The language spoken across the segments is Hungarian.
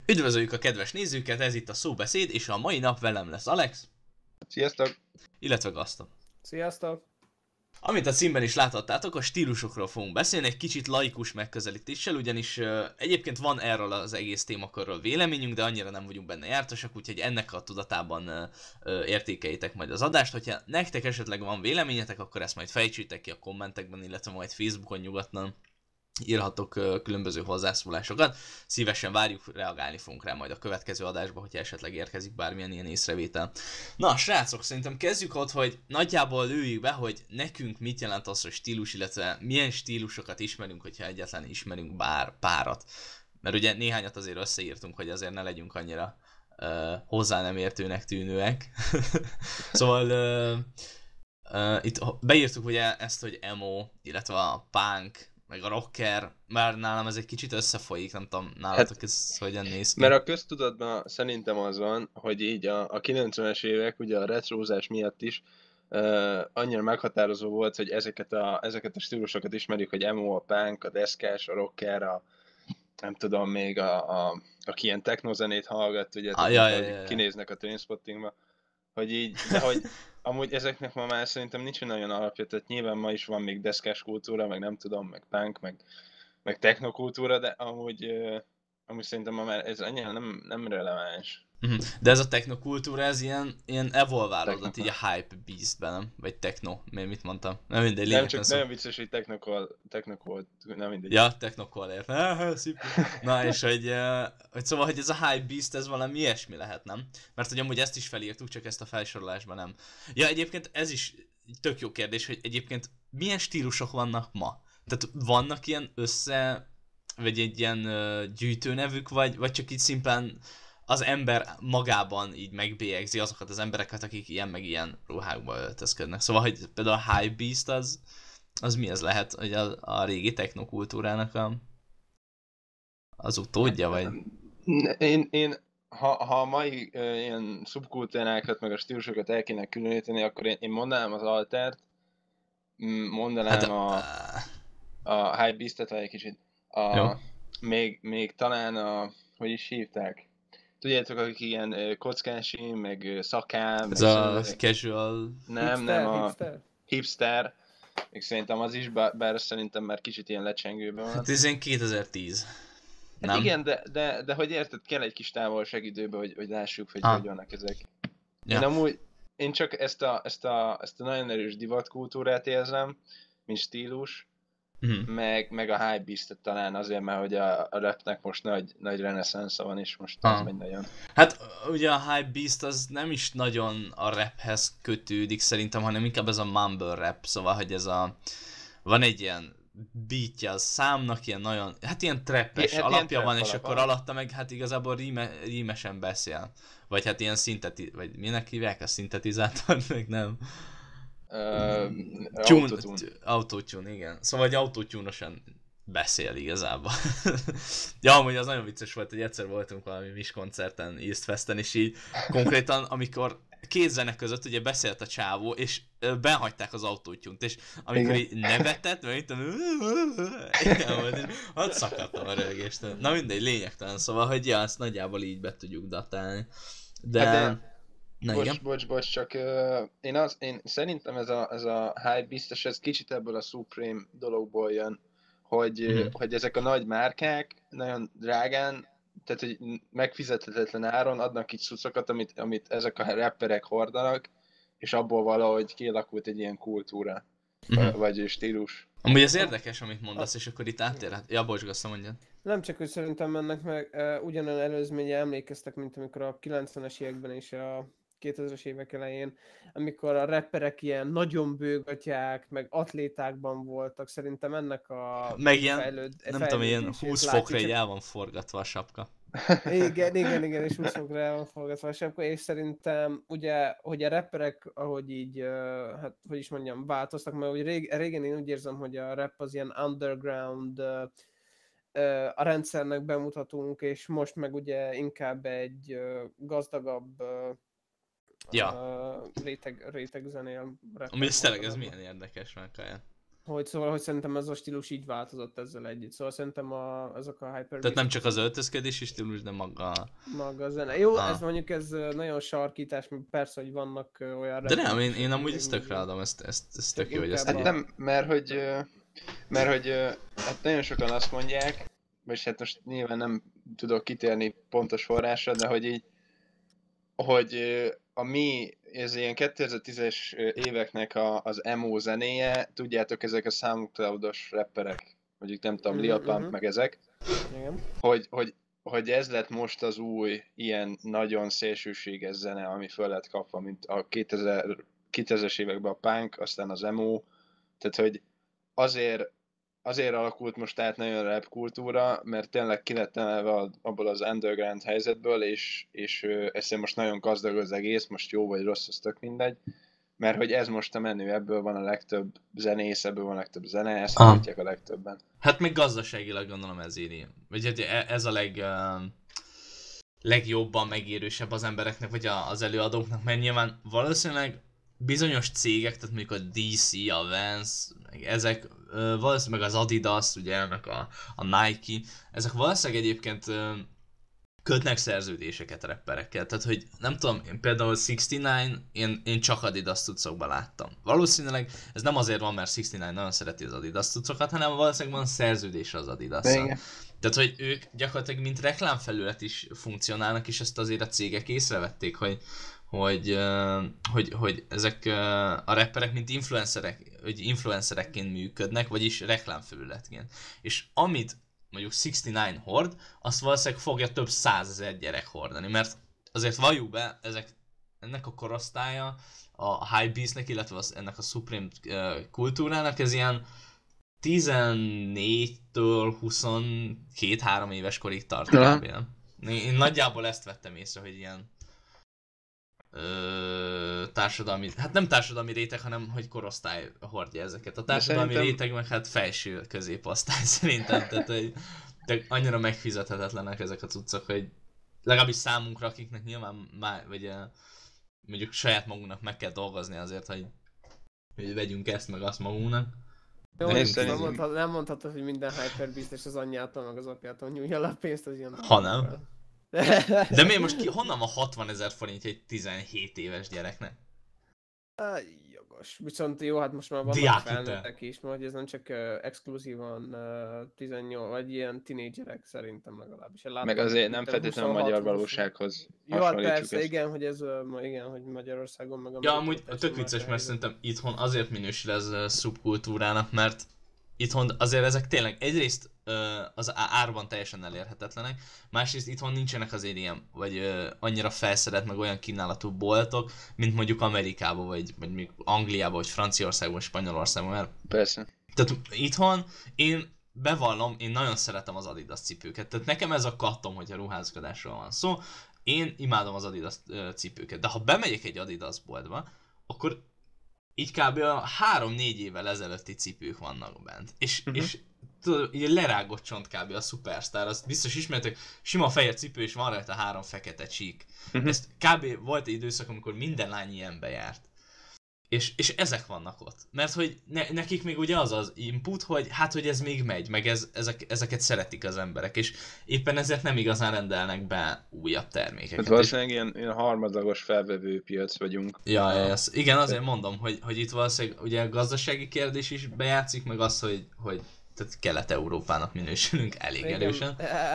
Üdvözöljük a kedves nézőket, ez itt a Szóbeszéd, és a mai nap velem lesz Alex, Sziasztok! illetve Gaszton. Sziasztok! Amint a címben is láthattátok, a stílusokról fogunk beszélni, egy kicsit laikus megközelítéssel, ugyanis egyébként van erről az egész témakörről véleményünk, de annyira nem vagyunk benne jártasak, úgyhogy ennek a tudatában értékeljétek majd az adást. Hogyha nektek esetleg van véleményetek, akkor ezt majd fejtsétek ki a kommentekben, illetve majd Facebookon nyugodtan írhatok különböző hozzászólásokat. Szívesen várjuk, reagálni fogunk rá majd a következő adásba, hogyha esetleg érkezik bármilyen ilyen észrevétel. Na, srácok, szerintem kezdjük ott, hogy nagyjából lőjük be, hogy nekünk mit jelent az, hogy stílus, illetve milyen stílusokat ismerünk, hogyha egyáltalán ismerünk bár párat. Mert ugye néhányat azért összeírtunk, hogy azért ne legyünk annyira hozzá nem értőnek tűnőek. Szóval itt beírtuk ugye ezt, hogy emo, illetve a punk, meg a rocker, már nálam ez egy kicsit összefolyik, nem tudom, nálatok ez hogyan néz ki. Mert a köztudatban szerintem az van, hogy így a 90-es évek, ugye a retrózás miatt is annyira meghatározó volt, hogy ezeket a stílusokat ismerjük, hogy emo, a punk, a deszkás, a rocker, nem tudom, még aki ilyen technozenét hallgat, ugye, hogy kinéznek a Trainspottingba, hogy így, de hogy amúgy ezeknek ma már szerintem nincs nagyon alapja, tehát nyilván ma is van még deszkás kultúra, meg nem tudom, meg punk, meg technokultúra, de amúgy szerintem ma már ez annyira nem releváns. De ez a technokultúra, ez ilyen evolválódott így a hype beastben, nem? Vagy techno, mit mondtam? Nem mindegy, nem csak nagyon vicces, hogy technokol, nem mindegy. Ja, technokol ért. Na és hogy szóval, hogy ez a hype beast, ez valami ilyesmi lehet, nem? Mert hogy amúgy ezt is felírtuk, csak ezt a felsorolásban nem. Ja, egyébként ez is tök jó kérdés, hogy egyébként milyen stílusok vannak ma? Tehát vannak ilyen vagy egy ilyen gyűjtőnevük, vagy csak így szimplán az ember magában így megbélyegzi azokat az embereket, akik ilyen meg ilyen ruhákba öltözködnek. Szóval, hogy például a Hype Beast az mi ez lehet, hogy a régi technokultúrának az utódja, vagy? Én ha a mai ilyen szubkultúrákat, meg a stílusokat el kéne különíteni, akkor én mondanám az Altert, mondanám a Hype Beast-et, vagy egy kicsit. Még talán hogy is hívták? Tudjátok, akik ilyen kockási, meg szakám... Ez a casual... Nem, hipster. Még szerintem az is, bár szerintem már kicsit ilyen lecsengőben van. Hát ez ilyen 2010. Hát nem? Igen, de hogy érted, kell egy kis távolságidőbe, hogy lássuk, hogy hogy vannak ezek. Ja. Én csak ezt a nagyon erős divatkultúrát érzem, mint stílus, meg a Hype Beast-et talán azért, mert hogy a rapnek most nagy reneszánsza van, és most az megy nagyon. Hát ugye a Hype Beast az nem is nagyon a raphez kötődik szerintem, hanem inkább ez a mumble rap, szóval, hogy van egy ilyen beatja a számnak, ilyen nagyon, hát ilyen trappes alapja van, és akkor alatta meg hát igazából rímesen beszél. Vagy hát ilyen vagy minek hívják a szintetizátor, meg nem. Autotune, igen. Szóval egy autotune-osan beszél igazából. Ja, amúgy az nagyon vicces volt, hogy egyszer voltunk valami Mis koncerten, East Festen, és így konkrétan, amikor két zene között ugye beszélt a csávó, és behagyták az autotune-t, és amikor így nevetett, mert itt ott szakadtam a rögéstől. Na mindegy, lényegtelen, szóval, hogy ja, ezt nagyjából így be tudjuk datálni. De... Bocs, csak én szerintem ez a Hype Beast-es, ez kicsit ebből a Supreme dologból jön, hogy ezek a nagy márkák nagyon drágán, tehát hogy megfizethetetlen áron adnak így cuccokat, amit ezek a rapperek hordanak, és abból valahogy kialakult egy ilyen kultúra, vagy stílus. Amúgy ez érdekes, amit mondasz, és akkor itt áttérhet. Ja, bocs, Gaszta, mondjad. Nem csak, hogy szerintem ennek meg ugyanolyan előzménye emlékeztek, mint amikor a 90-es években és a 2000-es évek elején, amikor a rapperek ilyen nagyon bőgatják, meg atlétákban voltak, szerintem ennek a meg ilyen, nem tudom, ilyen 20 fokra így el van forgatva a sapka. Igen, és 20 fokra el van forgatva a sapka, és szerintem ugye, hogy a rapperek, ahogy így, hát hogy is mondjam, változtak, mert úgy régen én úgy érzem, hogy a rap az ilyen underground, a rendszernek bemutatunk, és most meg ugye inkább egy gazdagabb réteg zenél. Ami ez tényleg, ez milyen érdekes már, Kaján. Szóval, hogy szerintem ez a stílus így változott ezzel együtt. Szóval szerintem azok a Hyper Tehát nem csak az öltözkedési stílus, de maga a zene. Jó, ez mondjuk ez nagyon sarkítás, persze, hogy vannak olyan... De nem, én amúgy ezt tökre adom, ezt tök jó, hogy ezt hát nem, mert hogy hát nagyon sokan azt mondják, és hát most nyilván nem tudok kitérni pontos forrásra, de hogy így, hogy ez ilyen 2010-es éveknek az emo zenéje, tudjátok, ezek a SoundCloud-os rapperek, mondjuk nem tudom, Lil Pump, meg ezek, igen. hogy ez lett most az új ilyen nagyon szélsőséges zene, ami föl lett kapva, mint a 2000-es években a punk, aztán az emo, tehát hogy azért alakult most át nagyon a rap kultúra, mert tényleg ki lett emelve abból az underground helyzetből, és ezt most nagyon gazdag az egész, most jó vagy rossz, az tök mindegy, mert hogy ez most a menő, ebből van a legtöbb zenész, ebből van a legtöbb zene, ezt hallgatják a legtöbben. Hát még gazdaságilag gondolom ez éri. Vagy hát ez a legjobban megérősebb az embereknek, vagy az előadóknak, mert nyilván valószínűleg bizonyos cégek, tehát mondjuk a DC, a Vans, ezek valószínűleg az Adidas, ugye, meg a Nike, ezek valószínűleg egyébként kötnek szerződéseket rapperekkel, tehát hogy nem tudom, én például 69, én csak Adidas cuccokban láttam. Valószínűleg ez nem azért van, mert 69 nagyon szereti az Adidas cuccokat, hanem valószínűleg van szerződés az Adidasszal. Tehát, hogy ők gyakorlatilag mint reklámfelület is funkcionálnak, és ezt azért a cégek észrevették, hogy ezek a rapperek mint influencerekként működnek, vagyis reklámfelületként. És amit mondjuk 69 hord, azt valószínűleg fogja több 100 000 gyerek hordani, mert azért valljuk be, ennek a korosztálya, a Hypebeastnek, illetve ennek a Supreme kultúrának, ez ilyen 14-től 22-3 éves korig tart kb. Én nagyjából ezt vettem észre, hogy ilyen társadalmi, hát nem társadalmi réteg, hanem hogy korosztály hordja ezeket. A társadalmi réteg meg hát felső középosztály szerintem, tehát hogy annyira megfizethetetlenek ezek a cuccok, hogy legalábbis számunkra, akiknek nyilván vagy mondjuk saját magunknak meg kell dolgozni azért, hogy vegyünk ezt meg azt magunknak. Jó, nem mondhatod, hogy minden Hypebeast és az anyjától meg az apjától nyújja le a pénzt, az ilyen... Hanem. De miért most honnan van 60 000 forintja egy 17 éves gyereknek? Jogos. Viszont jó, hát most már vannak felnőttek is, mert ez nem csak exkluzívan 18 vagy ilyen tinédzserek szerintem legalábbis. Meg azért nem feltétlenül a magyar valósághoz jó, hát persze, ezt. Igen, hogy ez hogy Magyarországon meg... Ja, amúgy tök vicces, mert szerintem itthon azért minősül ez szubkultúrának, mert itthon azért ezek tényleg egyrészt az árban teljesen elérhetetlenek, másrészt itthon nincsenek azért ilyen, vagy annyira felszedett meg olyan kínálatú boltok, mint mondjuk Amerikában, vagy mondjuk Angliában, vagy Franciaországban, vagy Spanyolországban, mert... Persze. Tehát itthon én bevallom, én nagyon szeretem az Adidas cipőket, tehát nekem ez a kattom, hogyha ruházkodásról van szó, én imádom az Adidas cipőket, de ha bemegyek egy Adidas boltba, akkor így kb. A 3-4 évvel ezelőtti cipők vannak bent. És tudod, így lerágott csont kb. A Superstar, azt biztos ismertek, sima fehér cipő és van rajta 3 fekete csík. Ezt kb. Volt egy időszak, amikor minden lány ilyenbe járt. És ezek vannak ott. Mert hogy nekik még ugye az input, hogy hát, hogy ez még megy, meg ezeket szeretik az emberek, és éppen ezért nem igazán rendelnek be újabb termékeket. Hát valószínűleg ilyen harmadlagos felvevő piac vagyunk. Ja, igen, azért mondom, hogy itt valószínűleg ugye a gazdasági kérdés is bejátszik, meg az, hogy tehát Kelet-Európának minősülünk elég erősen.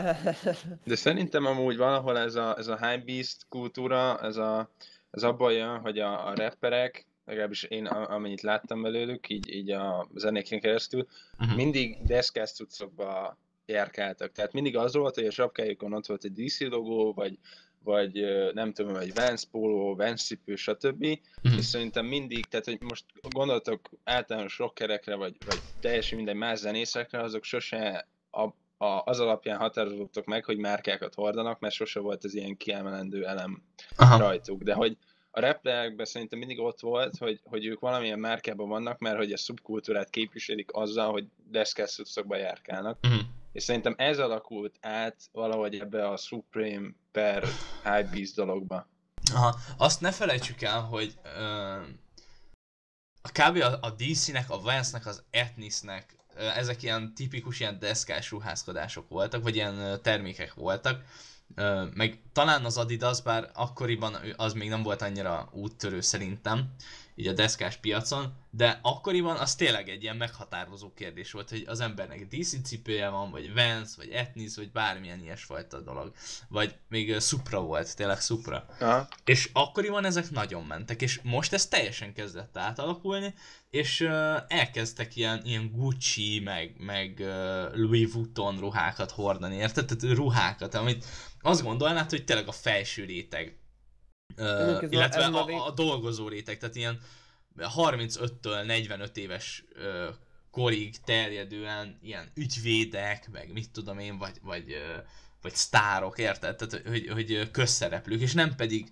De szerintem amúgy valahol ez a Hypebeast kultúra, ez abban jön, hogy a rapperek, legalábbis én amennyit láttam belőlük, így a zenéken keresztül, mindig deszkás cuccokba járkáltak. Tehát mindig az volt, hogy a sapkájukon ott volt egy DC logó, vagy nem tudom, egy Vans póló, Vans cipő, stb. És szerintem mindig, tehát hogy most gondoltok általános rockerekre, vagy teljesen minden más zenészekre, azok sose az alapján határozottak meg, hogy márkákat hordanak, mert sose volt ez ilyen kiemelendő elem rajtuk. De hogy a rapperekben szerintem mindig ott volt, hogy ők valamilyen márkában vannak, mert hogy a szubkultúrát képviselik azzal, hogy deszkás cuccokba járkálnak. És szerintem ez alakult át valahogy ebbe a Supreme per Hypebeast dologba. Azt ne felejtsük el, hogy kb. A DC-nek, a Vans-nek, az Ethnisnek, ezek ilyen tipikus ilyen deszkás ruházkodások voltak, vagy ilyen termékek voltak. Meg talán az Adidas, bár akkoriban az még nem volt annyira úttörő szerintem, így a deszkás piacon, de akkoriban az tényleg egy ilyen meghatározó kérdés volt, hogy az embernek DC cipője van, vagy Vans, vagy Ethnis, vagy bármilyen ilyesfajta dolog. Vagy még Supra volt, tényleg Supra. Aha. És akkoriban ezek nagyon mentek, és most ez teljesen kezdett átalakulni, és elkezdtek ilyen Gucci, meg Louis Vuitton ruhákat hordani, érted? Tehát ruhákat, amit azt gondolnád, hogy tényleg a felső réteg, illetve a dolgozó réteg, tehát ilyen 35-től 45 éves korig terjedően ilyen ügyvédek, meg mit tudom én, vagy sztárok, érted? Tehát, hogy közszereplők, és nem pedig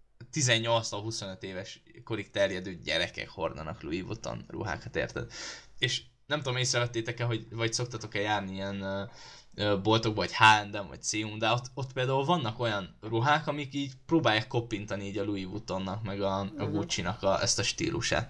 18-25 éves korig terjedő gyerekek hordanak Louis Vuitton ruhákat, érted? És nem tudom, észrevettétek-e, vagy szoktatok-e járni ilyen boltokba, vagy H&M, vagy C&A, de ott például vannak olyan ruhák, amik így próbálják koppintani így a Louis Vuittonnak, meg a Gucci-nak ezt a stílusát.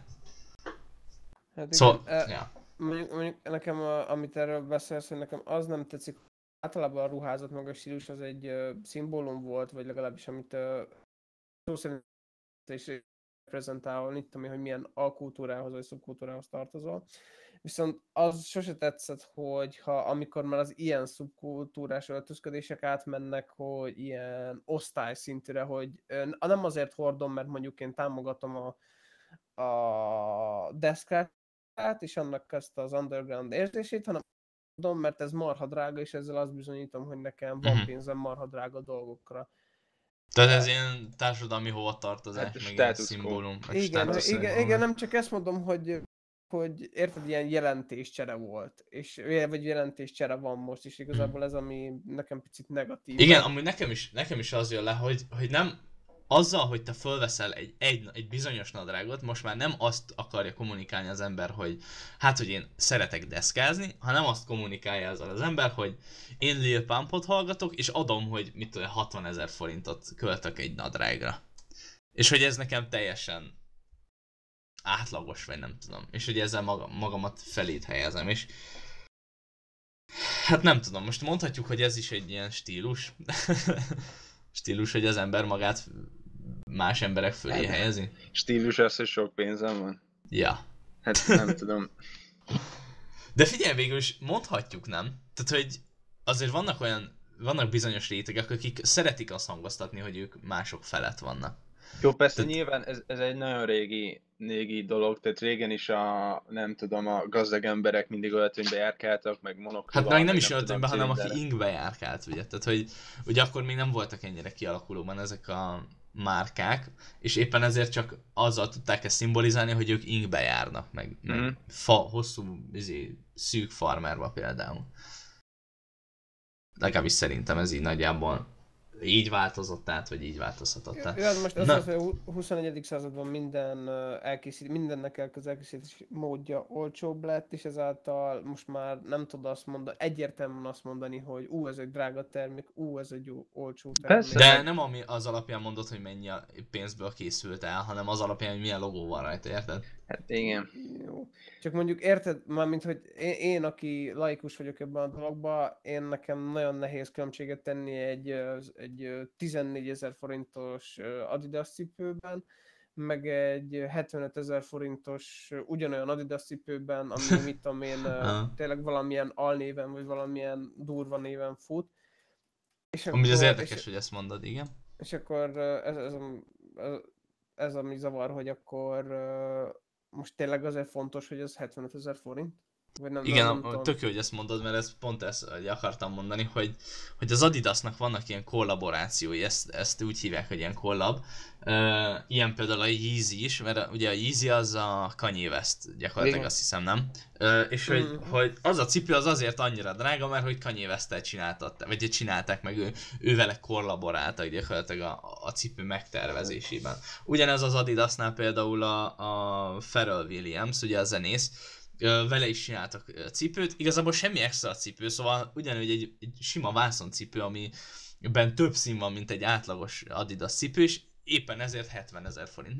Hát szóval, ja. Mondjuk nekem, amit erről beszélsz, hogy nekem az nem tetszik, általában a ruházat meg a stílus az egy szimbólum volt, vagy legalábbis amit szó szerint is reprezentál, itt tudom, hogy milyen alkultúrához vagy szubkultúrához tartozol. Viszont az sose tetszett, hogy amikor már az ilyen szubkultúrás öltözködések átmennek, hogy ilyen osztályszintűre, hogy nem azért hordom, mert mondjuk én támogatom a deszkát, és annak ezt az underground érzését, hanem hordom, mert ez marha drága, és ezzel azt bizonyítom, hogy nekem van pénzem marha drága dolgokra. Tehát ez ilyen társadalmi hovatartozás, meg ilyen szimbólum. Igen, nem csak ezt mondom, hogy érted, ilyen jelentéscsere volt, vagy jelentéscsere van most is, igazából ez, ami nekem picit negatív. Igen, amúgy nekem is az jön le, hogy nem azzal, hogy te fölveszel egy bizonyos nadrágot, most már nem azt akarja kommunikálni az ember, hogy hát, hogy én szeretek deszkázni, hanem azt kommunikálja azzal az ember, hogy én Lil Pumpot hallgatok, és adom, hogy mit tudom, 60 000 forintot költök egy nadrágra. És hogy ez nekem teljesen átlagos, vagy nem tudom. És hogy ezzel magamat felét helyezem, és hát nem tudom, most mondhatjuk, hogy ez is egy ilyen stílus. Stílus, hogy az ember magát más emberek fölé helyezi. Stílus az, hogy sok pénzem van? Ja. Hát nem tudom. De figyelj, végül is mondhatjuk, nem? Tehát, hogy azért vannak bizonyos rétegek, akik szeretik azt hangoztatni, hogy ők mások felett vannak. Jó, persze nyilván ez egy nagyon régi dolog, tehát régen is nem tudom, a gazdag emberek mindig öltönybe járkáltak, meg monokról. Hát meg nem is öltönybe, hanem aki ingbe járkált, ugye. Tehát, hogy ugye akkor még nem voltak ennyire kialakulóban ezek a márkák, és éppen ezért csak azzal tudták ezt szimbolizálni, hogy ők ingbe járnak, meg hosszú, szűk farmerba például. Legalábbis szerintem ez így nagyjából így változott át, vagy így változhatott át. Ja, most az, hogy a 21. században mindennek elkészítési módja olcsóbb lett, és ezáltal most már nem tud egyértelműen azt mondani, hogy ez egy drága termék, ez egy olcsó termék. De nem az alapján mondod, hogy mennyi pénzből készült el, hanem az alapján, hogy milyen logó van rajta, érted? Hát igen. Jó. Csak mondjuk érted, mármint, hogy én, aki laikus vagyok ebben a dologban, nekem nagyon nehéz különbséget tenni egy 14 000 forintos Adidas cipőben, meg egy 75 000 forintos ugyanolyan Adidas cipőben, ami mit tudom én, tényleg valamilyen alnéven, vagy valamilyen durva néven fut. Amúgy az érdekes, hogy ezt mondod, igen. És akkor ez ami zavar, hogy akkor most tényleg azért fontos, hogy ez 75 000 forint? Vagy nem, igen, tök jó, hogy ezt mondod, mert ez pont ezt akartam mondani, hogy az Adidasnak vannak ilyen kollaborációi, ezt úgy hívják, hogy ilyen kollab. Ilyen például a Yeezy is, mert ugye a Yeezy az a Kanye West gyakorlatilag, igen. Azt hiszem, nem? És hogy az a cipő az azért annyira drága, mert hogy Kanye West-tel csinálták meg, ő vele kollaboráltak gyakorlatilag a cipő megtervezésében. Ugyanez az Adidasnál például a Pharrell Williams, ugye a zenész, vele is csináltak cipőt, igazából semmi extra cipő, szóval ugyanúgy egy sima vászoncipő, amiben több szín van, mint egy átlagos Adidas cipő, és éppen ezért 70 000 forint,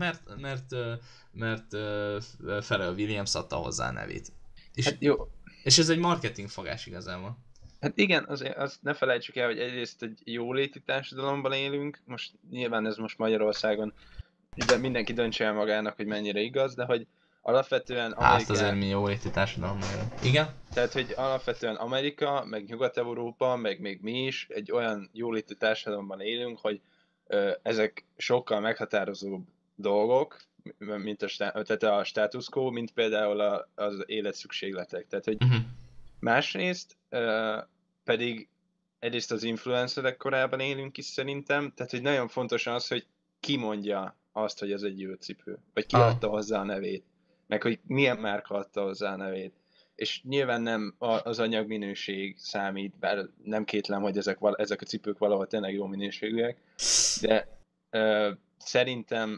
mert Pharrell Williams adta hozzá a nevét. És, Hát jó. és ez egy marketing fogás igazából. Hát igen, azt ne felejtsük el, hogy egyrészt egy jóléti társadalomban élünk, most nyilván ez most Magyarországon, de mindenki döntse el magának, hogy mennyire igaz, de hogy alapvetően Hát azért mi jóléti társadalomban élünk. Igen? Tehát, hogy alapvetően Amerika, meg Nyugat-Európa, meg még mi is egy olyan jóléti társadalomban élünk, hogy ezek sokkal meghatározóbb dolgok, mint a status quo, mint például az életszükségletek. Tehát, hogy másrészt pedig egyrészt az influencerek korában élünk is szerintem, tehát, hogy nagyon fontos az, hogy ki mondja azt, hogy ez egy jó cipő, vagy ki adta hozzá a nevét, meg hogy milyen márka adta hozzá a nevét. És nyilván nem az anyagminőség számít, bár nem kétlem, hogy ezek a cipők valahol tényleg jó minőségűek, de szerintem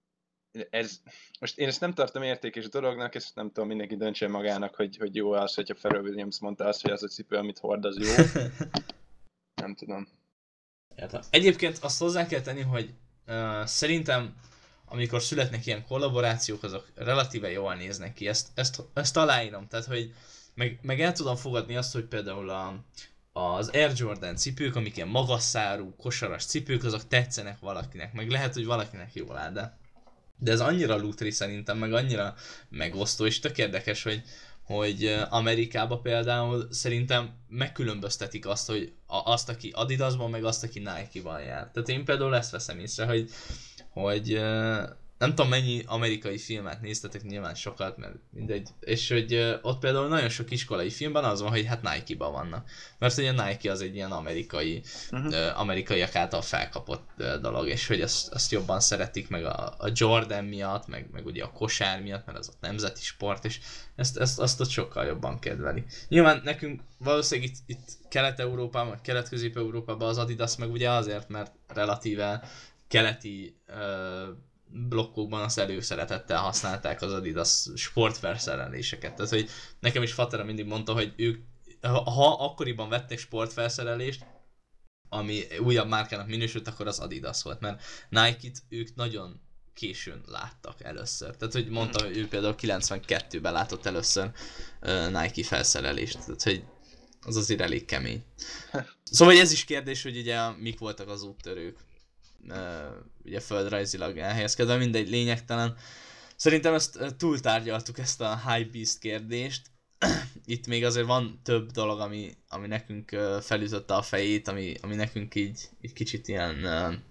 most én ezt nem tartom értékes dolognak, ezt nem tudom, mindenki döntse magának, hogy jó az, hogyha Pharrell Williams mondta azt, hogy az a cipő, amit hord, az jó. Nem tudom. Egyébként azt hozzá kell tenni, hogy szerintem amikor születnek ilyen kollaborációk, azok relatíve jól néznek ki, ezt aláírom, tehát hogy meg el tudom fogadni azt, hogy például az Air Jordan cipők, amik ilyen magasszárú, kosaras cipők, azok tetszenek valakinek, meg lehet, hogy valakinek jól áll, de ez annyira lútri szerintem, meg annyira megosztó, és tök érdekes, hogy Amerikában például szerintem megkülönböztetik azt, hogy azt, aki Adidasban, meg azt, aki Nike-ban jár. Tehát én például ezt veszem észre, hogy nem tudom mennyi amerikai filmet néztetek, nyilván sokat, mert mindegy, és hogy ott például nagyon sok iskolai filmben az van, hogy hát Nike-ban vannak. Mert hogy a Nike az egy ilyen amerikaiak által felkapott dolog, és hogy azt jobban szeretik, meg a Jordan miatt, meg ugye a kosár miatt, mert az ott nemzeti sport, és azt ott sokkal jobban kedveli. Nyilván nekünk valószínűleg itt Kelet-Európában, vagy Kelet-Közép-Európában az Adidas meg ugye azért, mert relatíve keleti blokkokban azt előszeretettel használták az Adidas sportwear szereléseket. Tehát, hogy nekem is Fatera mindig mondta, hogy ők, ha akkoriban vettek sportwear szerelést, ami újabb márkának minősült, akkor az Adidas volt, mert Nike-t ők nagyon későn láttak először. Tehát, hogy mondta, hogy ő például 92-ben látott először Nike felszerelést. Tehát, hogy az azért elég kemény. Szóval ez is kérdés, hogy ugye mik voltak az úttörők. Ugye földrajzilag elhelyezkedve, mindegy, lényegtelen. Szerintem ezt túltárgyaltuk, ezt a Hype Beast kérdést. Itt még azért van több dolog, ami nekünk felütötte a fejét, ami nekünk így kicsit ilyen,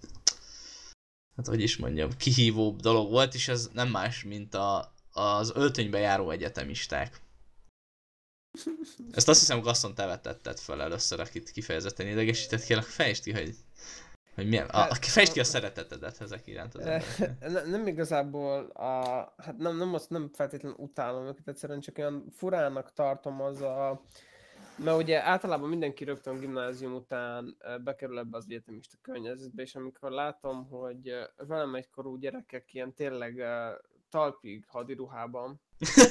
hát hogy is mondjam, kihívóbb dolog volt, és ez nem más, mint az öltönybe járó egyetemisták. Ezt azt hiszem, Gaston te vetetted fel először, akit kifejezetten idegesített, kérlek fejtsd ki, hogy milyen, fejtsd ki a szeretetedet ezek iránt az emberek. Nem igazából, hát nem feltétlenül utálom őket, egyszerűen csak olyan furának tartom mert ugye általában mindenki rögtön gimnázium után bekerül ebbe az egyetemista környezetbe, és amikor látom, hogy velem egykorú gyerekek ilyen tényleg talpig hadiruhában,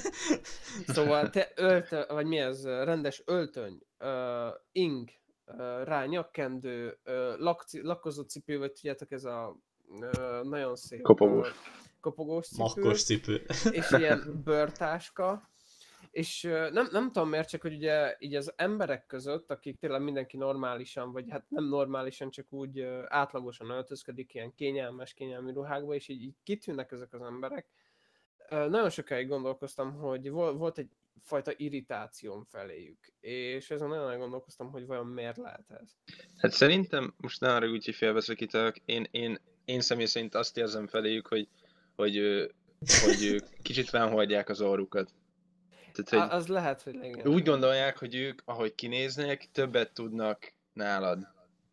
szóval vagy mi ez, rendes öltöny, ing, rá nyakkendő, lakkozó cipő, vagy tudjátok, ez a nagyon szép kopogós cipő, makkos cipő, és ilyen bőrtáska, és nem tudom miért, csak hogy ugye így az emberek között, akik tényleg mindenki normálisan, vagy hát nem normálisan, csak úgy átlagosan öltözködik ilyen kényelmi ruhákba, és így kitűnnek ezek az emberek. Nagyon sokáig gondolkoztam, hogy volt egy fajta irritációm feléjük, és ezen nagyon gondolkoztam, hogy vajon miért lehet ez. Hát szerintem, most ne arra úgy, hogy félbeszakítok, én személy szerint azt érzem feléjük, hogy ők kicsit fennhagyják az orrukat. Tehát, az lehet, hogy legyen. Úgy gondolják, hogy ők, ahogy kinéznek, többet tudnak nálad.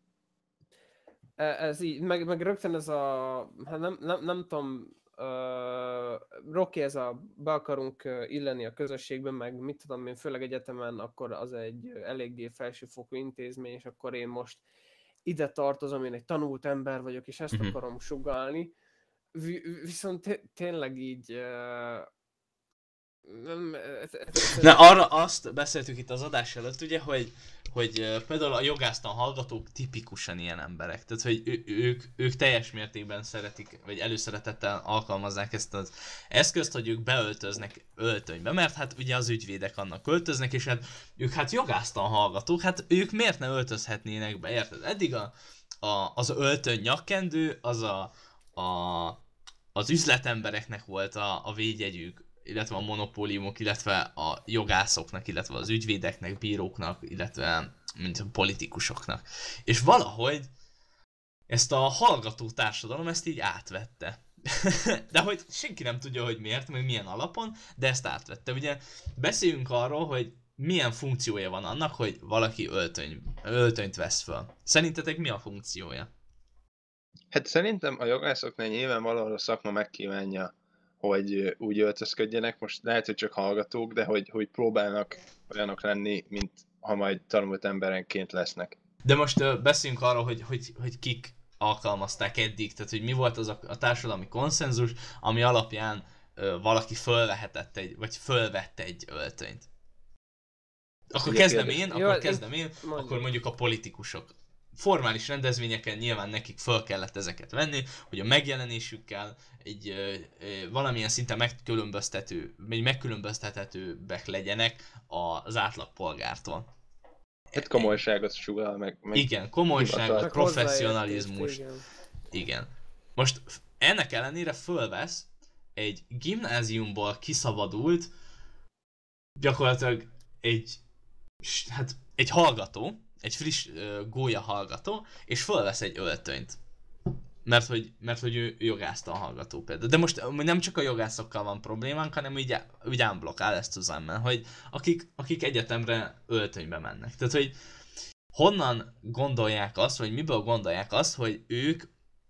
Ez így, meg rögtön ez hát nem tudom, Rocky, ez be akarunk illeni a közösségben, meg mit tudom én, főleg egyetemen, akkor az egy eléggé felsőfokú intézmény, és akkor én most ide tartozom, én egy tanult ember vagyok, és ezt akarom sugallni. Viszont tényleg így... Na arra azt beszéltük itt az adás előtt, ugye, hogy például a jogásztan hallgatók tipikusan ilyen emberek. Tehát, hogy ők teljes mértékben szeretik, vagy előszeretettel alkalmazzák ezt az eszközt, hogy ők beöltöznek öltönybe, mert hát ugye az ügyvédek annak öltöznek, és hát ők hát jogásztan hallgatók, hát ők miért ne öltözhetnének be, érted? Eddig az öltöny nyakkendő, az üzletembereknek volt a védjegyük, illetve a monopóliumok, illetve a jogászoknak, illetve az ügyvédeknek, bíróknak, illetve mint a politikusoknak. És valahogy ezt a hallgató társadalom ezt így átvette. De hogy senki nem tudja, hogy miért, meg milyen alapon, de ezt átvette. Ugye beszéljünk arról, hogy milyen funkciója van annak, hogy valaki öltönyt vesz föl. Szerintetek mi a funkciója? Hát szerintem a jogászoknál nyilvánvalóan a szakma megkívánja, hogy úgy öltözködjenek, most lehet, hogy csak hallgatók, de hogy próbálnak olyanok lenni, mint ha majd tanult emberenként lesznek. De most beszéljünk arról, hogy kik alkalmazták eddig, tehát hogy mi volt az a társadalmi konszenzus, ami alapján valaki fölvette egy öltönyt. Akkor kezdem én, akkor mondjuk a politikusok. Formális rendezvényeken nyilván nekik föl kellett ezeket venni, hogy a megjelenésükkel valamilyen szinten megkülönböztethetőbbek legyenek az átlagpolgártól. Hát komolyságot sugal meg igen, komolyságot, professzionalizmus. Igen. Most ennek ellenére fölvesz egy gimnáziumból kiszabadult, gyakorlatilag egy hallgató, egy friss gólya hallgató, és fölvesz egy öltönyt. Mert hogy ő jogásztan hallgató például. De most nem csak a jogászokkal van problémánk, hanem úgy unblock áll ezt zusammen, hogy akik egyetemre öltönybe mennek. Tehát, hogy honnan gondolják azt, vagy miből gondolják azt, hogy ők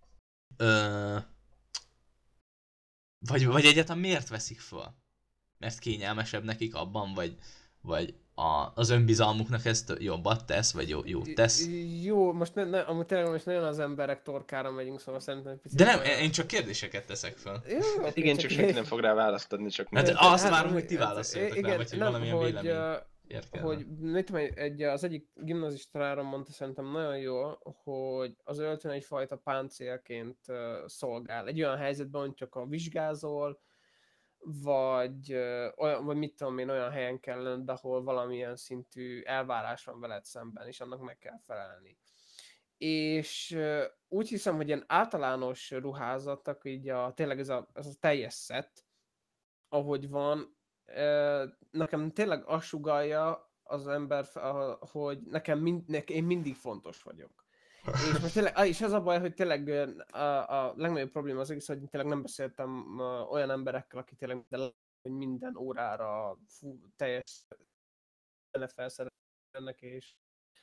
vagy egyáltalán miért veszik föl? Mert kényelmesebb nekik abban, vagy az önbizalmuknak ezt jobbat tesz, vagy jót tesz. Jó, most amúgy tényleg most nagyon az emberek torkára megyünk, szóval szerintem picit... De nem, én csak kérdéseket teszek fel. Jó, hát igen, csak senki nem fog rá választ adni, csak... Hát azt várom, hogy ti válaszoljatok rá, vagy hogy valamilyen vélemény érkezne. Hogy mit tudom, az egyik gimnazistára mondta szerintem nagyon jó, hogy az öltöny egyfajta páncélként szolgál. Egy olyan helyzetben, hogy csak a vizsgázol, vagy mit tudom én, olyan helyen kell lenned, ahol valamilyen szintű elvárás van veled szemben, és annak meg kell felelni. És úgy hiszem, hogy ilyen általános ruházatok, így tényleg ez a teljes szett, ahogy van, nekem tényleg azt sugallja az ember, hogy én mindig fontos vagyok. És most tényleg, és az a baj, hogy tényleg a legnagyobb probléma az egész, hogy tényleg nem beszéltem olyan emberekkel, akik tényleg minden órára teljes felszerelnek, és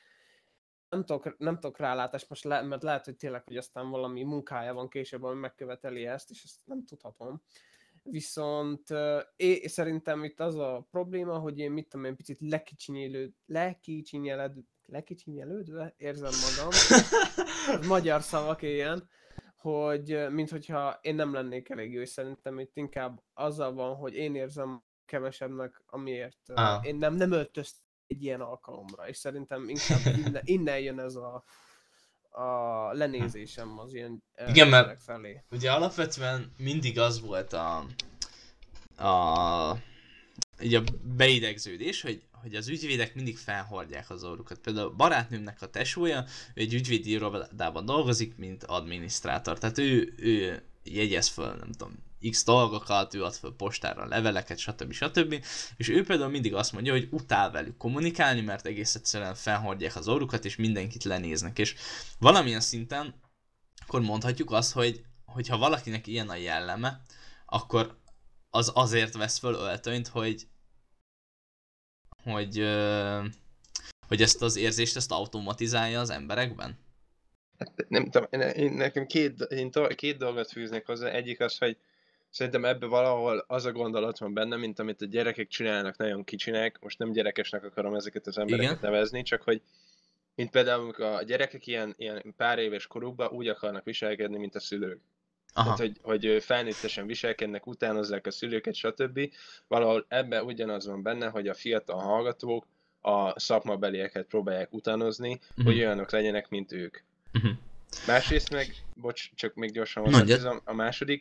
nem tudok rálátást most, mert lehet, hogy tényleg, hogy aztán valami munkája van később, ami megköveteli ezt, és ezt nem tudhatom. Viszont én szerintem itt az a probléma, hogy én mit tudom én picit lekicsinyelődve érzem magam, magyar szavak ilyen, hogy minthogyha én nem lennék elég jó, és szerintem itt inkább azzal van, hogy én érzem kevesebbnek, amiért én nem öltöztem egy ilyen alkalomra, és szerintem inkább innen jön ez a lenézésem az ilyen igen, mert felé. Ugye alapvetően mindig az volt így a beidegződés, hogy az ügyvédek mindig felhordják az orrukat. Például a barátnőmnek a tesója, ő egy ügyvédi irodában dolgozik, mint adminisztrátor. Tehát ő jegyez föl, nem tudom, X dolgokat, ő ad föl postára leveleket, stb. És ő például mindig azt mondja, hogy utál velük kommunikálni, mert egész egyszerűen felhordják az orrukat, és mindenkit lenéznek. És valamilyen szinten akkor mondhatjuk azt, hogy ha valakinek ilyen a jelleme, akkor az azért vesz föl öltönyt, hogy ezt az érzést ezt automatizálja az emberekben? Hát, nem tudom, nekem két dolgot fűznék hozzá. Egyik az, hogy szerintem ebben valahol az a gondolat van benne, mint amit a gyerekek csinálnak nagyon kicsinek. Most nem gyerekesnek akarom ezeket az embereket nevezni, csak hogy mint például amikor a gyerekek ilyen pár éves korukban úgy akarnak viselkedni, mint a szülők. Tehát, hogy felnőttesen viselkednek, utánozzák a szülőket, stb. Valahol ebben ugyanaz van benne, hogy a fiatal hallgatók a szakmabelieket próbálják utánozni, hogy olyanok legyenek, mint ők. Másrészt meg, bocs, csak még gyorsan hozzáteszem, a második,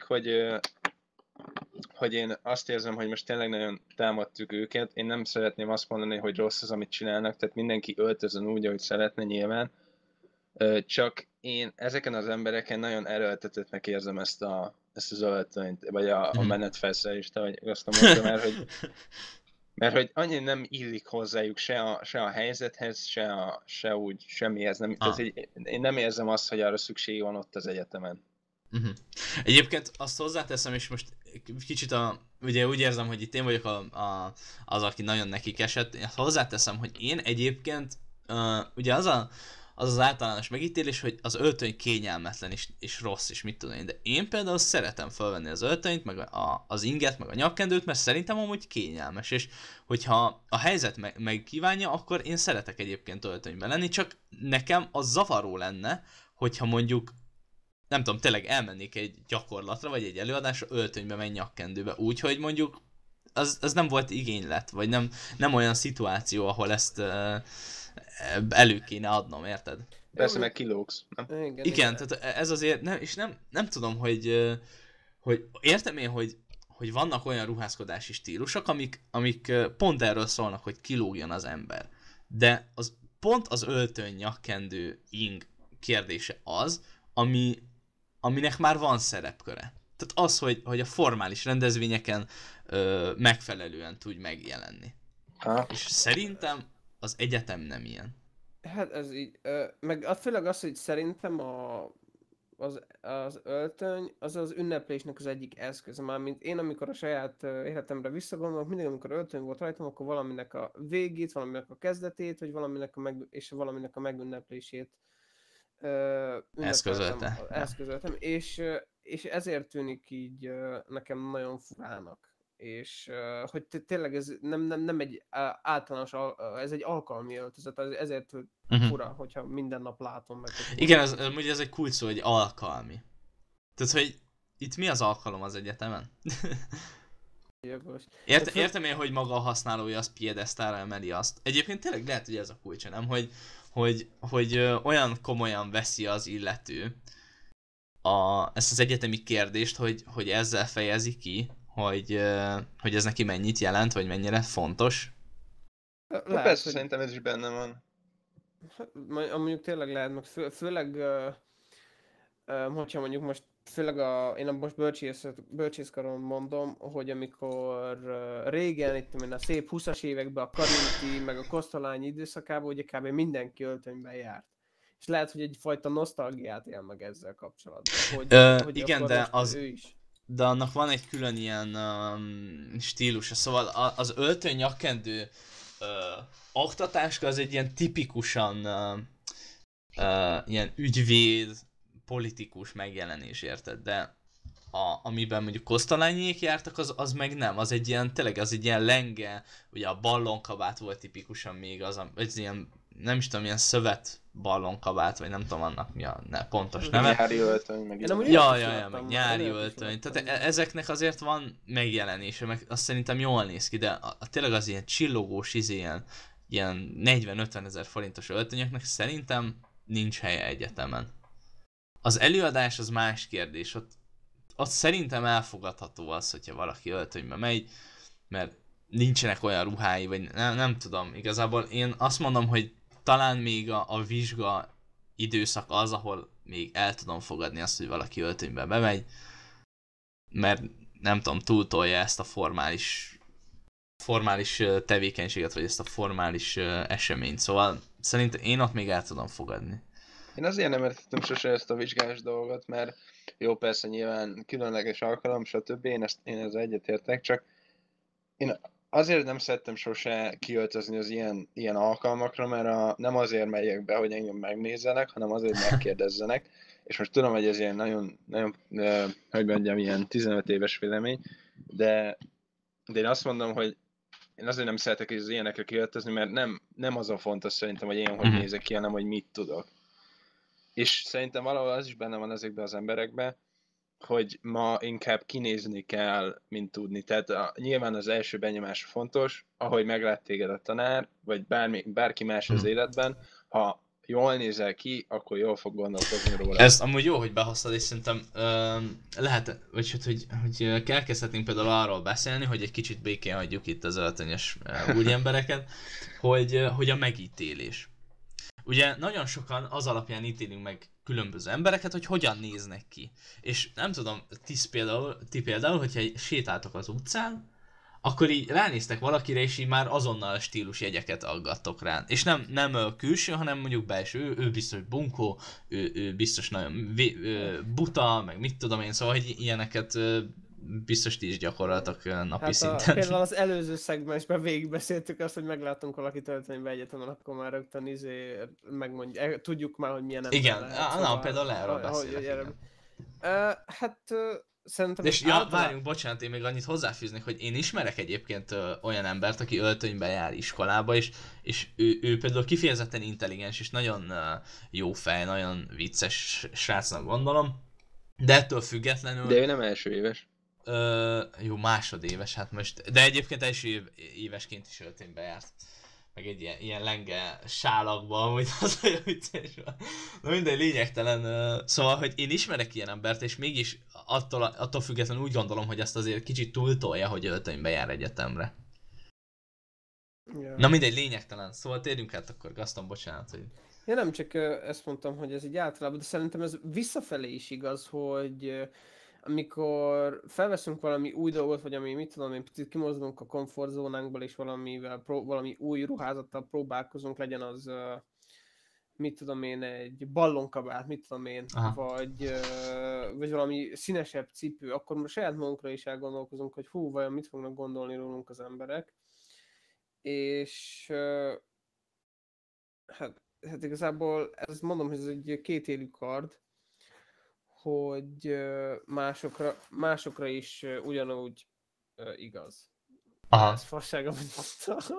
hogy én azt érzem, hogy most tényleg nagyon támadtuk őket. Én nem szeretném azt mondani, hogy rossz az, amit csinálnak, tehát mindenki öltözön úgy, ahogy szeretne nyilván. Csak én ezeken az embereken nagyon erőltetettnek érzem ezt az öltönyt, vagy a menetfelszerelést, ahogy azt mondtam, mert hogy annyira nem illik hozzájuk se a helyzethez, se úgy semmihez. Tehát én nem érzem azt, hogy arra szükség van ott az egyetemen. Egyébként azt hozzáteszem, és most kicsit ugye úgy érzem, hogy itt én vagyok az, aki nagyon nekik esett. Én hozzáteszem, hogy én egyébként ugye az általános megítélés, hogy az öltöny kényelmetlen és rossz, és mit tudom én, de én például szeretem felvenni az öltönyt, meg az inget, meg a nyakkendőt, mert szerintem amúgy kényelmes, és hogyha a helyzet megkívánja, akkor én szeretek egyébként öltönyben lenni, csak nekem az zavaró lenne, hogyha mondjuk nem tudom, tényleg elmennék egy gyakorlatra, vagy egy előadásra öltönybe, meg nyakkendőbe, úgyhogy mondjuk az nem volt igénylet, vagy nem olyan szituáció, ahol ezt elő kéne adnom, érted? Persze meg kilógsz. Igen, tehát ez azért, és nem tudom, hogy értem én, hogy vannak olyan ruházkodási stílusok, amik pont erről szólnak, hogy kilógjon az ember. De pont az öltöny, nyakkendő, ing kérdése az, aminek már van szerepköre. Tehát az, hogy a formális rendezvényeken megfelelően tudj megjelenni. És szerintem az egyetem nem ilyen. Hát ez így, meg főleg az, hogy szerintem az öltöny az ünneplésnek az egyik eszköze. Mármint én, amikor a saját életemre visszagondolok, mindig amikor öltöny volt rajtam, akkor valaminek a végét, valaminek a kezdetét, vagy valaminek a megünneplését eszközöltem, és ezért tűnik így nekem nagyon furának. És hogy tényleg ez nem egy általános, ez egy alkalmi öltözet, ezért fura, hogyha minden nap látom meg. Igen, ez egy kulcs szó, hogy alkalmi. Tehát, hogy itt mi az alkalom az egyetemen? Értem én, hogy maga a használója az piedesztára emeli azt. Egyébként tényleg lehet, hogy ez a kulcsa, nem? Hogy olyan komolyan veszi az illető ezt az egyetemi kérdést, hogy ezzel fejezi ki, hogy ez neki mennyit jelent, vagy mennyire fontos. Lehet, persze, szerintem ez is benne van. Mondjuk tényleg lehet, meg főleg, hogyha mondjuk most főleg én most bölcsészkaron mondom, hogy amikor régen, itt a szép 20-as években a Karinti, meg a Kosztolányi időszakában, ugye kb. Mindenki öltönyben járt. És lehet, hogy egyfajta nosztalgiát él meg ezzel kapcsolatban. Hogy igen, de ő is. De annak van egy külön ilyen stílusa, szóval az öltöny nyakkendő oktatáska az egy ilyen tipikusan ilyen ügyvéd, politikus megjelenés, érted? De amiben mondjuk Kosztolányiék jártak, az meg nem, az egy ilyen, tényleg az egy ilyen lenge, ugye a ballonkabát volt tipikusan még az ilyen, nem is tudom, ilyen szövet ballonkabát, vagy nem tudom annak mi a pontos neve. Nyári öltöny, meg meg nyári öltöny. Tehát ezeknek azért van megjelenése, meg azt szerintem jól néz ki, de tényleg az ilyen csillogós ilyen 40-50 ezer forintos öltönyöknek szerintem nincs helye egyetemen. Az előadás az más kérdés, ott szerintem elfogadható az, hogyha valaki öltönybe megy, mert nincsenek olyan ruhái, vagy nem tudom, igazából én azt mondom, hogy talán még a vizsga időszak az, ahol még el tudom fogadni azt, hogy valaki öltönybe bemegy, mert nem tudom, túltolja ezt a formális tevékenységet, vagy ezt a formális eseményt, szóval szerintem én ott még el tudom fogadni. Én azért nem értettem sose ezt a vizsgás dolgot, mert jó, persze nyilván különleges alkalom, stb. Én ezzel egyetértek, csak én azért nem szerettem sose kiöltözni az ilyen alkalmakra, mert nem azért megyek be, hogy engem megnézzenek, hanem azért, hogy megkérdezzenek. És most tudom, hogy ez ilyen nagyon, hogy mondjam, ilyen 15 éves vélemény, de én azt mondom, hogy én azért nem szeretek az ilyenekre kiöltözni, mert nem az a fontos szerintem, hogy én hogy nézek ki, hanem hogy mit tudok. És szerintem valahol az is benne van ezekben az emberekben, hogy ma inkább kinézni kell, mint tudni. Tehát nyilván az első benyomás fontos, ahogy meglát téged a tanár, vagy bárki más az életben, ha jól nézel ki, akkor jól fog gondolkozni róla. Ez amúgy jó, hogy behoztad, és szerintem lehet, vagy hogy elkezdhetnénk például arról beszélni, hogy egy kicsit békén hagyjuk itt az öltönyös úriembereket, hogy a megítélés. Ugye nagyon sokan az alapján ítélünk meg különböző embereket, hogy hogyan néznek ki. És nem tudom, ti például, hogyha sétáltok az utcán, akkor így ránéztek valakire, és így már azonnal stílusjegyeket aggattok rá. És nem külső, hanem mondjuk belső, ő biztos bunkó, ő biztos nagyon buta, meg mit tudom én, szóval hogy ilyeneket biztos ti is gyakoroltak napi szinten. Például az előző szegmensben végigbeszéltük azt, hogy meglátunk valakit öltönyben egyetemen, akkor már rögtön megmondjuk, tudjuk már, hogy milyen ember igen, lehet. Szóval, például erről beszélek. Szerintem... És várjunk, bocsánat, én még annyit hozzáfűznék, hogy én ismerek egyébként olyan embert, aki öltönyben jár iskolába, és ő például kifejezetten intelligens, és nagyon jó fej, nagyon vicces srácnak gondolom, de ettől függetlenül... De ő nem első éves. Jó, másodéves, hát most, de egyébként első évesként is öltönybe járt. Meg egy ilyen lenge sálakban, hogy az olyan vicces van. Na mindegy, lényegtelen. Szóval, hogy én ismerek ilyen embert, és mégis attól függetlenül úgy gondolom, hogy ezt azért kicsit túltolja, hogy öltönybe jár egyetemre. Yeah. Na mindegy, lényegtelen. Szóval térjünk át akkor, Gaston, bocsánat, hogy... Én nem csak ezt mondtam, hogy ez így általában, de szerintem ez visszafelé is igaz, hogy amikor felveszünk valami új dolgot, vagy ami, mit tudom én, picit kimozdulunk a komfortzónánkból, és valami új ruházattal próbálkozunk, legyen az, mit tudom én, egy ballonkabát, mit tudom én, vagy valami színesebb cipő, akkor most saját magunkra is elgondolkozunk, hogy hú, vajon mit fognak gondolni rólunk az emberek. És hát igazából, ezt mondom, hogy ez egy kétélű kard, hogy másokra is ugyanúgy igaz. Aha. Ez fasság, amit mondtam.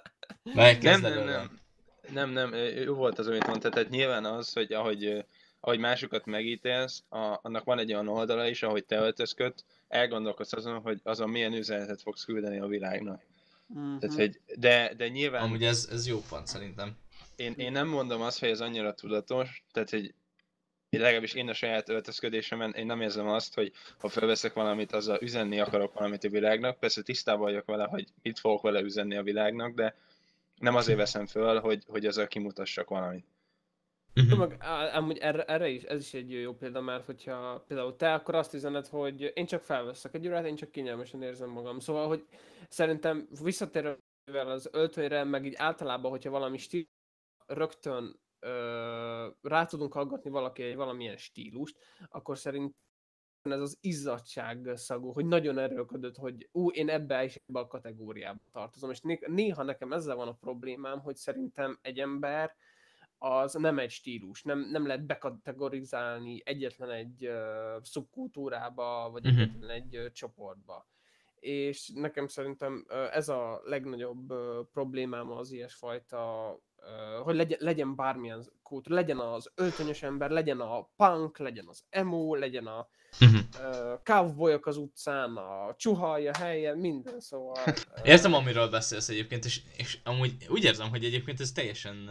Nem, jó volt az, amit mondtad. Tehát nyilván az, hogy ahogy másokat megítélsz, annak van egy olyan oldala is, ahogy te öltözködsz, elgondolkodsz azon, hogy azon milyen üzenetet fogsz küldeni a világnak. Mm-hmm. Tehát, hogy, de nyilván... Amúgy ez jó pont szerintem. Én nem mondom azt, hogy ez annyira tudatos, tehát, hogy legalábbis én a saját öltözködésemen én nem érzem azt, hogy ha felveszek valamit, azzal üzenni akarok valamit a világnak. Persze tisztában vagyok vele, hogy mit fogok vele üzenni a világnak, de nem azért veszem föl, hogy azzal kimutassak valamit. Meg amúgy erre is, ez is egy jó példa, mert hogyha például te akkor azt üzened, hogy én csak felveszek egy ruhát, én csak kényelmesen érzem magam. Szóval, hogy szerintem visszatérve az öltönyre, meg így általában, hogyha valami stílus, rögtön rá tudunk hallgatni valamilyen stílust, akkor szerintem ez az izzadság szagú, hogy nagyon erőlködött, hogy én ebbe a kategóriába tartozom, és néha nekem ezzel van a problémám, hogy szerintem egy ember az nem egy stílus, nem lehet bekategorizálni egyetlen egy szubkultúrába, vagy egyetlen egy csoportba. És nekem szerintem ez a legnagyobb problémám az ilyesfajta, hogy legyen bármilyen kultúra, legyen az öltönyös ember, legyen a punk, legyen az emo, legyen a cowboyok az utcán, a csuhalja helyen, minden, szóval... Értem, amiről beszélsz egyébként, és amúgy úgy érzem, hogy egyébként ez teljesen...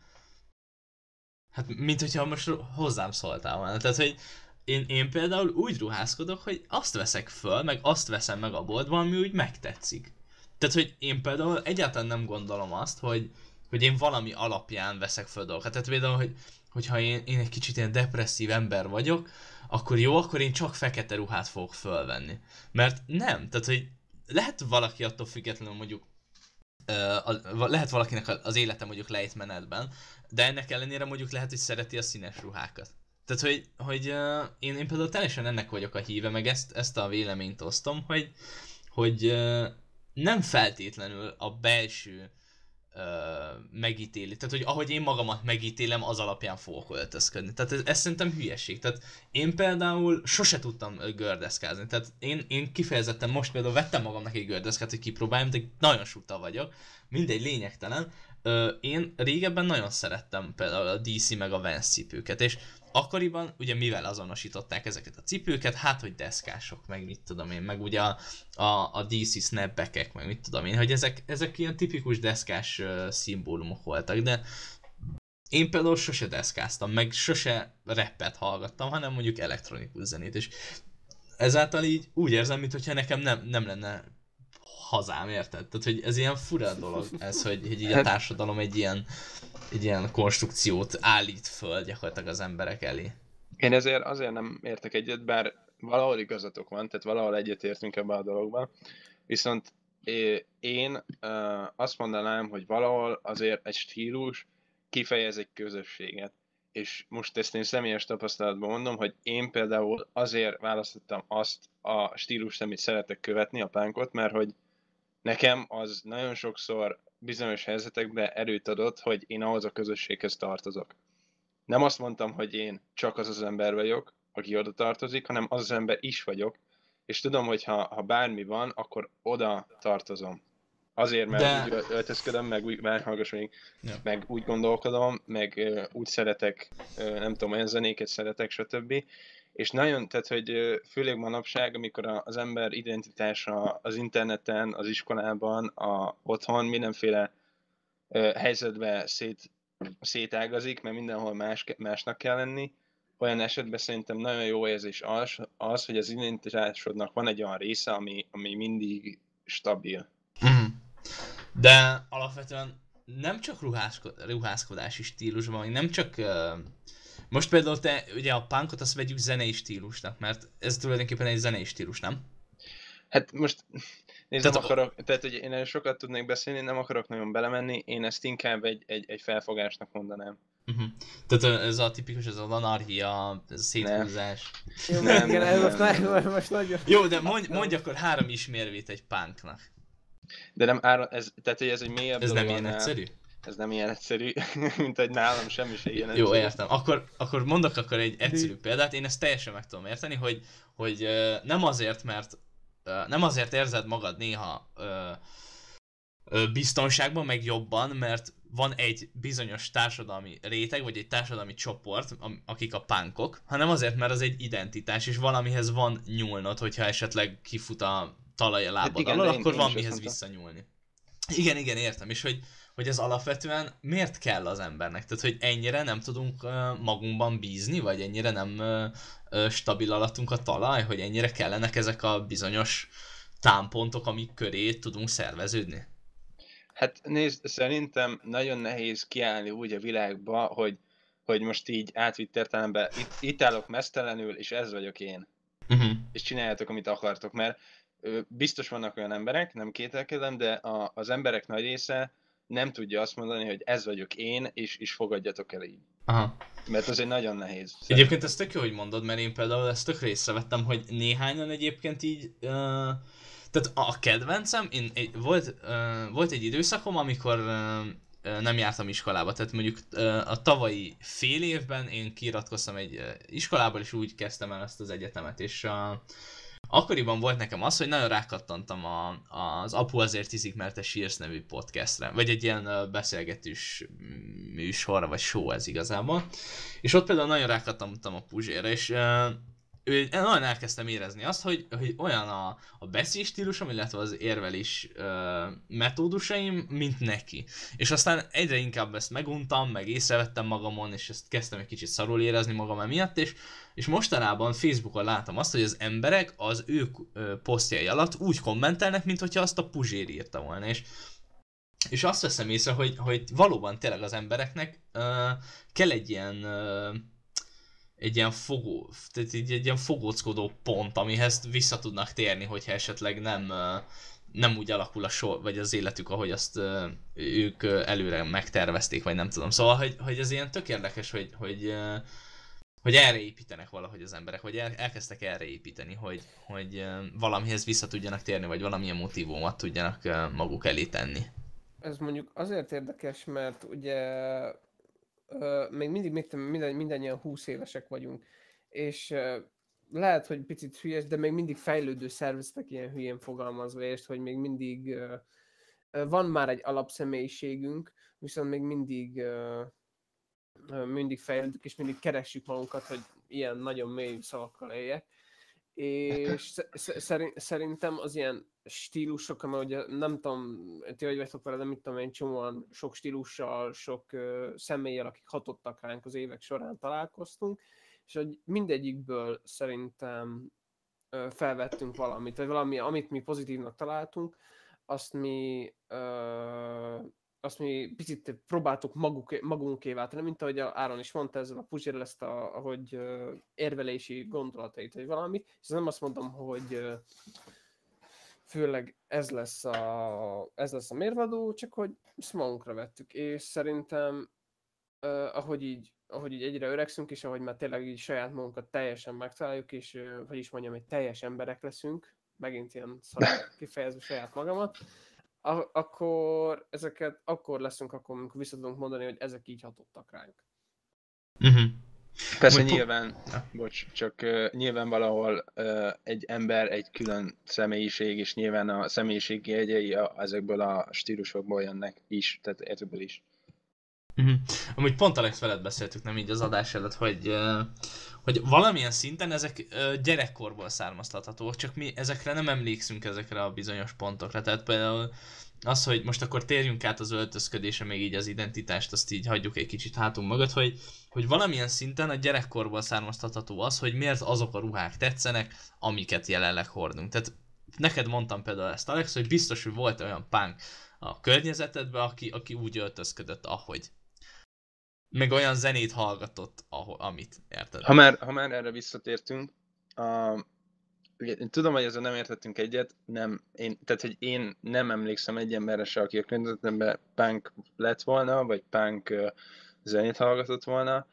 Hát, mint hogyha most hozzám szóltál volna. Tehát, hogy én például úgy ruházkodok, hogy azt veszek föl, meg azt veszem meg a boltban, ami úgy megtetszik. Tehát, hogy én például egyáltalán nem gondolom azt, hogy én valami alapján veszek föl dolgokat. Tehát például, hogyha én egy kicsit ilyen depresszív ember vagyok, akkor én csak fekete ruhát fogok fölvenni. Mert nem, tehát, hogy lehet valaki attól függetlenül mondjuk, lehet valakinek az élete mondjuk lejtmenetben, de ennek ellenére mondjuk lehet, hogy szereti a színes ruhákat. Tehát, hogy én például teljesen ennek vagyok a híve, meg ezt a véleményt osztom, hogy nem feltétlenül a belső megítéli. Tehát, hogy ahogy én magamat megítélem, az alapján fogok öltözködni. Tehát ez szerintem hülyeség. Tehát én például sose tudtam gördeszkázni. Tehát én kifejezetten most például vettem magamnak egy gördeszkát, hogy kipróbáljam, de nagyon suta vagyok. Mindegy, lényegtelen. Én régebben nagyon szerettem például a DC meg a Vans cipőket, és akkoriban ugye mivel azonosították ezeket a cipőket, hát hogy deszkások, meg mit tudom én, meg ugye a DC snapbackek, meg mit tudom én, hogy ezek ilyen tipikus deszkás szimbólumok voltak, de én például sose deszkáztam, meg sose rappet hallgattam, hanem mondjuk elektronikus zenét, és ezáltal így úgy érzem, mintha nekem nem lenne hazám, érted? Tehát, hogy ez ilyen fura dolog, ez, hogy így a társadalom egy ilyen konstrukciót állít föl gyakorlatilag az emberek elé. Én azért nem értek egyet, bár valahol igazatok van, tehát valahol egyetértünk ebben a dologban, viszont én azt mondanám, hogy valahol azért egy stílus kifejez egy közösséget. És most ezt én személyes tapasztalatban mondom, hogy én például azért választottam azt a stílust, amit szeretek követni, a punkot, mert hogy nekem az nagyon sokszor bizonyos helyzetekben erőt adott, hogy én ahhoz a közösséghez tartozok. Nem azt mondtam, hogy én csak az ember vagyok, aki oda tartozik, hanem az ember is vagyok, és tudom, hogy ha bármi van, akkor oda tartozom. Azért, mert úgy öltözködöm, meg úgy, meg úgy gondolkodom, meg úgy szeretek, nem tudom, olyan zenéket szeretek, stb. És nagyon, tehát, hogy főleg manapság, amikor az ember identitása az interneten, az iskolában, otthon mindenféle helyzetbe szétágazik, mert mindenhol másnak kell lenni, olyan esetben szerintem nagyon jó érzés az, hogy az identitásodnak van egy olyan része, ami mindig stabil. De alapvetően nem csak ruházkodási stílusban, vagy nem csak... Most például te, ugye a punkot azt vegyük zenei stílusnak, mert ez tulajdonképpen egy zenei stílus, nem? Hát most nézd, tehát hogy én sokat tudnék beszélni, nem akarok nagyon belemenni, én ezt inkább egy felfogásnak mondanám. Tehát ez a tipikus, ez az anarchia, ez a széthúzás. Most nagyon... Jó, de mondj akkor 3 ismérvét egy punknak. De nem tehát hogy ez egy mélyebb dolog. Ez nem ilyen egyszerű? Ez nem ilyen egyszerű, mint hogy nálam semmi se ilyen egyszerű. Jó, értem. Akkor mondok egy egyszerű példát, én ezt teljesen meg tudom érteni, hogy nem azért, mert nem azért érzed magad néha biztonságban, meg jobban, mert van egy bizonyos társadalmi réteg, vagy egy társadalmi csoport, akik a punkok, hanem azért, mert az egy identitás, és valamihez van nyúlnod, hogyha esetleg kifut a talaj a lábad alól, akkor van mihez visszanyúlni. Igen, értem, és hogy ez alapvetően miért kell az embernek? Tehát, hogy ennyire nem tudunk magunkban bízni, vagy ennyire nem stabil alattunk a talaj, hogy ennyire kellenek ezek a bizonyos támpontok, amik köré tudunk szerveződni? Hát nézd, szerintem nagyon nehéz kiállni úgy a világba, hogy most így átvitt értelemben itt állok meztelenül, és ez vagyok én. És csináljátok, amit akartok, mert biztos vannak olyan emberek, nem kételkedem, de az emberek nagy része nem tudja azt mondani, hogy ez vagyok én, és fogadjatok el így. Aha. Mert az egy nagyon nehéz. Szerintem. Egyébként ez tök jó, hogy mondod, mert én például ezt tökre észrevettem, hogy néhányan egyébként így... Tehát a kedvencem, volt egy időszakom, amikor nem jártam iskolába, tehát mondjuk a tavalyi fél évben én kiiratkoztam egy iskolából, és úgy kezdtem el ezt az egyetemet, és akkoriban volt nekem az, hogy nagyon rákattantam az Apu azért iszik, mert te sírsz nevű podcastre, vagy egy ilyen beszélgetős műsorra, vagy show ez igazából, és ott például nagyon rákattantam a Puzsérra, és nagyon elkezdtem érezni azt, hogy olyan a beszédstílusom, illetve az érvelés metódusaim, mint neki. És aztán egyre inkább ezt meguntam, meg észrevettem magamon, és ezt kezdtem egy kicsit szarul érezni magam emiatt, és mostanában Facebookon látom azt, hogy az emberek az ő posztjai alatt úgy kommentelnek, mint hogyha azt a Puzsér írta volna, és azt veszem észre, hogy valóban tényleg az embereknek kell egy ilyen egy ilyen fogóckodó pont, amihez vissza tudnak térni, hogyha esetleg nem úgy alakul a sor, vagy az életük, ahogy azt ők előre megtervezték, vagy nem tudom. Szóval, hogy ez ilyen tök érdekes, hogy erre építenek valahogy az emberek, vagy elkezdtek erre építeni, hogy valamihez vissza tudjanak térni, vagy valamilyen motívumot tudjanak maguk elé tenni. Ez mondjuk azért érdekes, mert ugye még mindig mindannyian 20 évesek vagyunk, és lehet, hogy picit hülyes, de még mindig fejlődő szervezetek ilyen hülyén fogalmazva, és hogy még mindig van már egy alapszemélyiségünk, viszont még mindig mindig fejlődünk, és mindig keressük magunkat, hogy ilyen nagyon mély szavakkal éljek. És szerintem az ilyen stílusok, mert ugye nem tudom, ti hogy vagytok vele, de mit tudom én, csomóan sok stílussal, sok személlyel, akik hatottak ránk az évek során találkoztunk, és hogy mindegyikből szerintem felvettünk valamit, vagy valami, amit mi pozitívnak találtunk, azt mi picit próbáltuk magunkévá tenni, mint ahogy Áron is mondta ezzel a Puzsérrel ezt ahogy érvelési gondolatait, vagy valamit, és nem azt mondom, hogy főleg ez lesz a mérvadó, csak hogy ezt magunkra vettük, és szerintem ahogy így egyre öregszünk, és ahogy már tényleg így saját magunkat teljesen megtaláljuk, és hogy is mondjam, hogy teljes emberek leszünk, megint ilyen kifejezve saját magamat, akkor leszünk, amikor vissza tudunk mondani, hogy ezek így hatottak ránk. Persze nyilván, nyilván valahol egy ember egy külön személyiség, és nyilván a személyiség jegyei ezekből a stílusokból jönnek is, tehát ezekből is. Amúgy pont Alex veled beszéltük, nem így az adás előtt, hogy valamilyen szinten ezek gyerekkorból származtathatóak, csak mi ezekre nem emlékszünk, ezekre a bizonyos pontokra. Tehát például az, hogy most akkor térjünk át az öltözködésre, még így az identitást, azt így hagyjuk egy kicsit hátunk mögött, hogy valamilyen szinten a gyerekkorból származtatható az, hogy miért azok a ruhák tetszenek, amiket jelenleg hordunk. Tehát neked mondtam például ezt, Alex, hogy biztos, hogy volt olyan punk a környezetedben, aki úgy öltözködött, ahogy. Meg olyan zenét hallgatott, amit, érted? Ha már erre visszatértünk, én tudom, hogy ezzel nem értettünk egyet, tehát hogy én nem emlékszem egy emberre se, aki a környezetemben punk lett volna, vagy punk zenét hallgatott volna.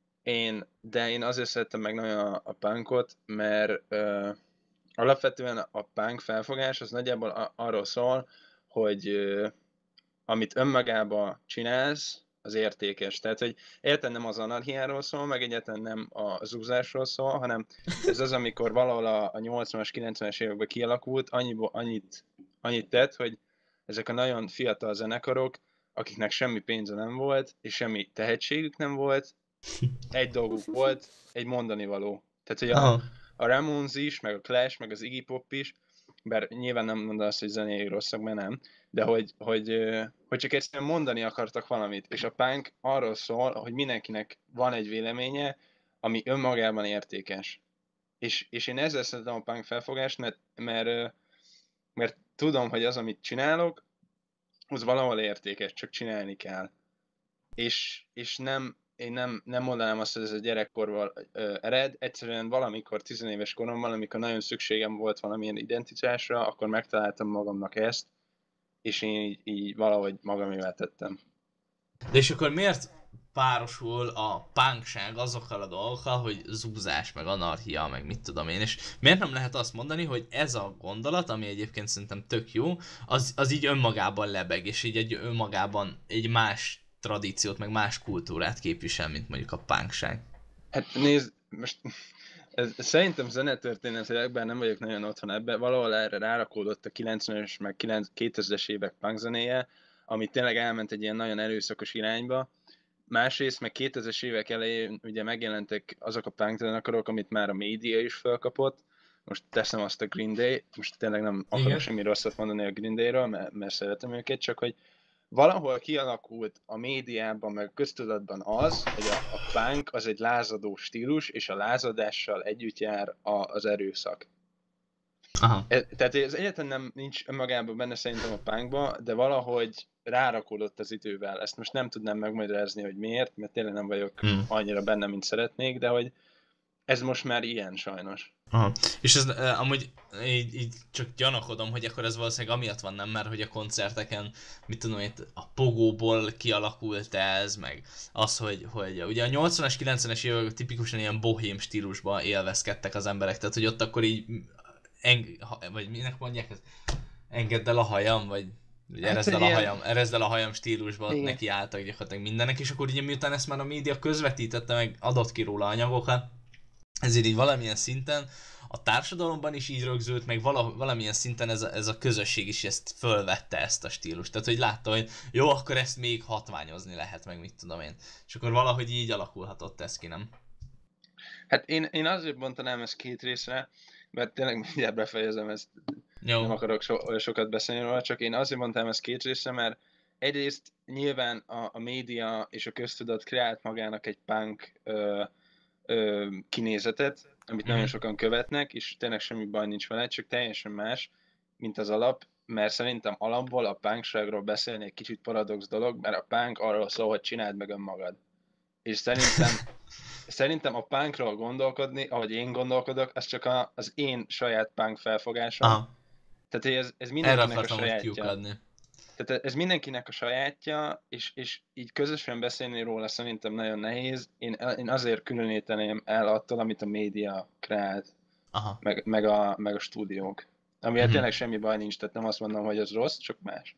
De én azért szerettem meg nagyon a punkot, mert alapvetően a punk felfogás az nagyjából arról szól, hogy amit önmagában csinálsz, az értékes. Tehát, hogy egyáltalán nem az anarchiáról szól, meg egyáltalán nem a zúzásról szól, hanem ez az, amikor valahol a 80-as, 90-es években kialakult, annyit tett, hogy ezek a nagyon fiatal zenekarok, akiknek semmi pénze nem volt, és semmi tehetségük nem volt, egy dolguk volt, egy mondani való. Tehát, hogy a Ramones is, meg a Clash, meg az Iggy Pop is, bár nyilván nem mondom azt, hogy zenéjük rosszak, mert nem, de hogy csak egyszerűen mondani akartak valamit, és a punk arról szól, hogy mindenkinek van egy véleménye, ami önmagában értékes. És én ezzel szeretem a punk felfogást, mert tudom, hogy az, amit csinálok, az valahol értékes, csak csinálni kell. És én nem mondanám azt, hogy ez a gyerekkorból ered, egyszerűen valamikor 10 éves koromban, amikor nagyon szükségem volt valamilyen identitásra, akkor megtaláltam magamnak ezt, és én így valahogy magamével tettem. De és akkor miért párosul a punkság azokkal a dolgokkal, hogy zúzás, meg anarchia, meg mit tudom én, és miért nem lehet azt mondani, hogy ez a gondolat, ami egyébként szerintem tök jó, az így önmagában lebeg, és így önmagában egy más tradíciót, meg más kultúrát képvisel, mint mondjuk a punkság. Hát nézd, most szerintem zenetörténetileg, bár nem vagyok nagyon otthon ebben, valahol erre rárakódott a 90-es, meg 2000-es évek punk zenéje, ami tényleg elment egy ilyen nagyon erőszakos irányba. Másrészt, meg 2000-es évek elején ugye megjelentek azok a punk zenekarok, amit már a média is felkapott. Most teszem azt a Green Day, most tényleg nem akarok semmi rosszat mondani a Green Day-ről, mert szeretem őket, csak hogy valahol kialakult a médiában, meg a köztudatban az, hogy a punk az egy lázadó stílus, és a lázadással együtt jár az erőszak. Aha. Tehát ez egyáltalán nincs önmagában benne szerintem a punkba, de valahogy rárakódott az idővel. Ezt most nem tudnám megmagyarázni, hogy miért, mert tényleg nem vagyok annyira benne, mint szeretnék, de hogy ez most már ilyen sajnos. Aha. És ez amúgy így csak gyanakodom, hogy akkor ez valószínűleg amiatt van, nem, mert hogy a koncerteken, mit tudom, itt a pogóból kialakult ez, meg az, hogy ugye a 80-as, 90-es évek tipikusan ilyen bohém stílusban élvezkedtek az emberek, tehát hogy ott akkor így, vagy minek mondják ez? Engedd el a hajam, vagy erezd el a hajam stílusban neki álltak gyakorlatilag mindenek, és akkor ugye miután ezt már a média közvetítette, meg adott ki róla anyagokat, ezért így valamilyen szinten a társadalomban is így rögzült, meg valamilyen szinten ez a közösség is ezt fölvette ezt a stílust. Tehát, hogy látta, hogy jó, akkor ezt még hatványozni lehet, meg mit tudom én. És akkor valahogy így alakulhatott ez ki, nem? Hát én azért bontanám ezt két részre, mert tényleg mindjárt befejezem ezt, Jó. nem akarok sokat beszélni róla, csak én azért mondtam ezt két részre, mert egyrészt nyilván a média és a köztudat kreált magának egy punk kinézetet, amit nagyon sokan követnek, és tényleg semmi baj nincs vele, csak teljesen más, mint az alap, mert szerintem alapból a punkságról beszélni egy kicsit paradox dolog, mert a punk arról szól, hogy csináld meg önmagad. És szerintem a punkról gondolkodni, ahogy én gondolkodok, az csak az én saját punk felfogásom. Aha. Tehát ez mindenkinek a sajátja. Kiukadni. Tehát ez mindenkinek a sajátja, és így közösen beszélni róla szerintem nagyon nehéz. Én azért különíteném el attól, amit a média kreált, meg a stúdiók. Amivel tényleg semmi baj nincs, tehát nem azt mondom, hogy ez rossz, csak más.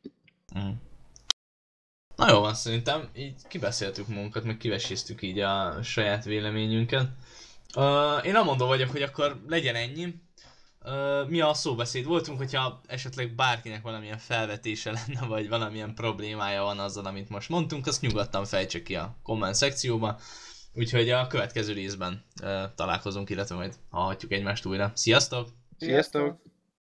Na jó van, szerintem így kibeszéltük magunkat, meg kiveséztük így a saját véleményünket. Én amondó vagyok, hogy akkor legyen ennyi. Mi a szóbeszéd voltunk, hogyha esetleg bárkinek valamilyen felvetése lenne, vagy valamilyen problémája van azzal, amit most mondtunk, azt nyugodtan fejtse ki a komment szekcióba. Úgyhogy a következő részben találkozunk, illetve majd hallhatjuk egymást újra. Sziasztok! Sziasztok!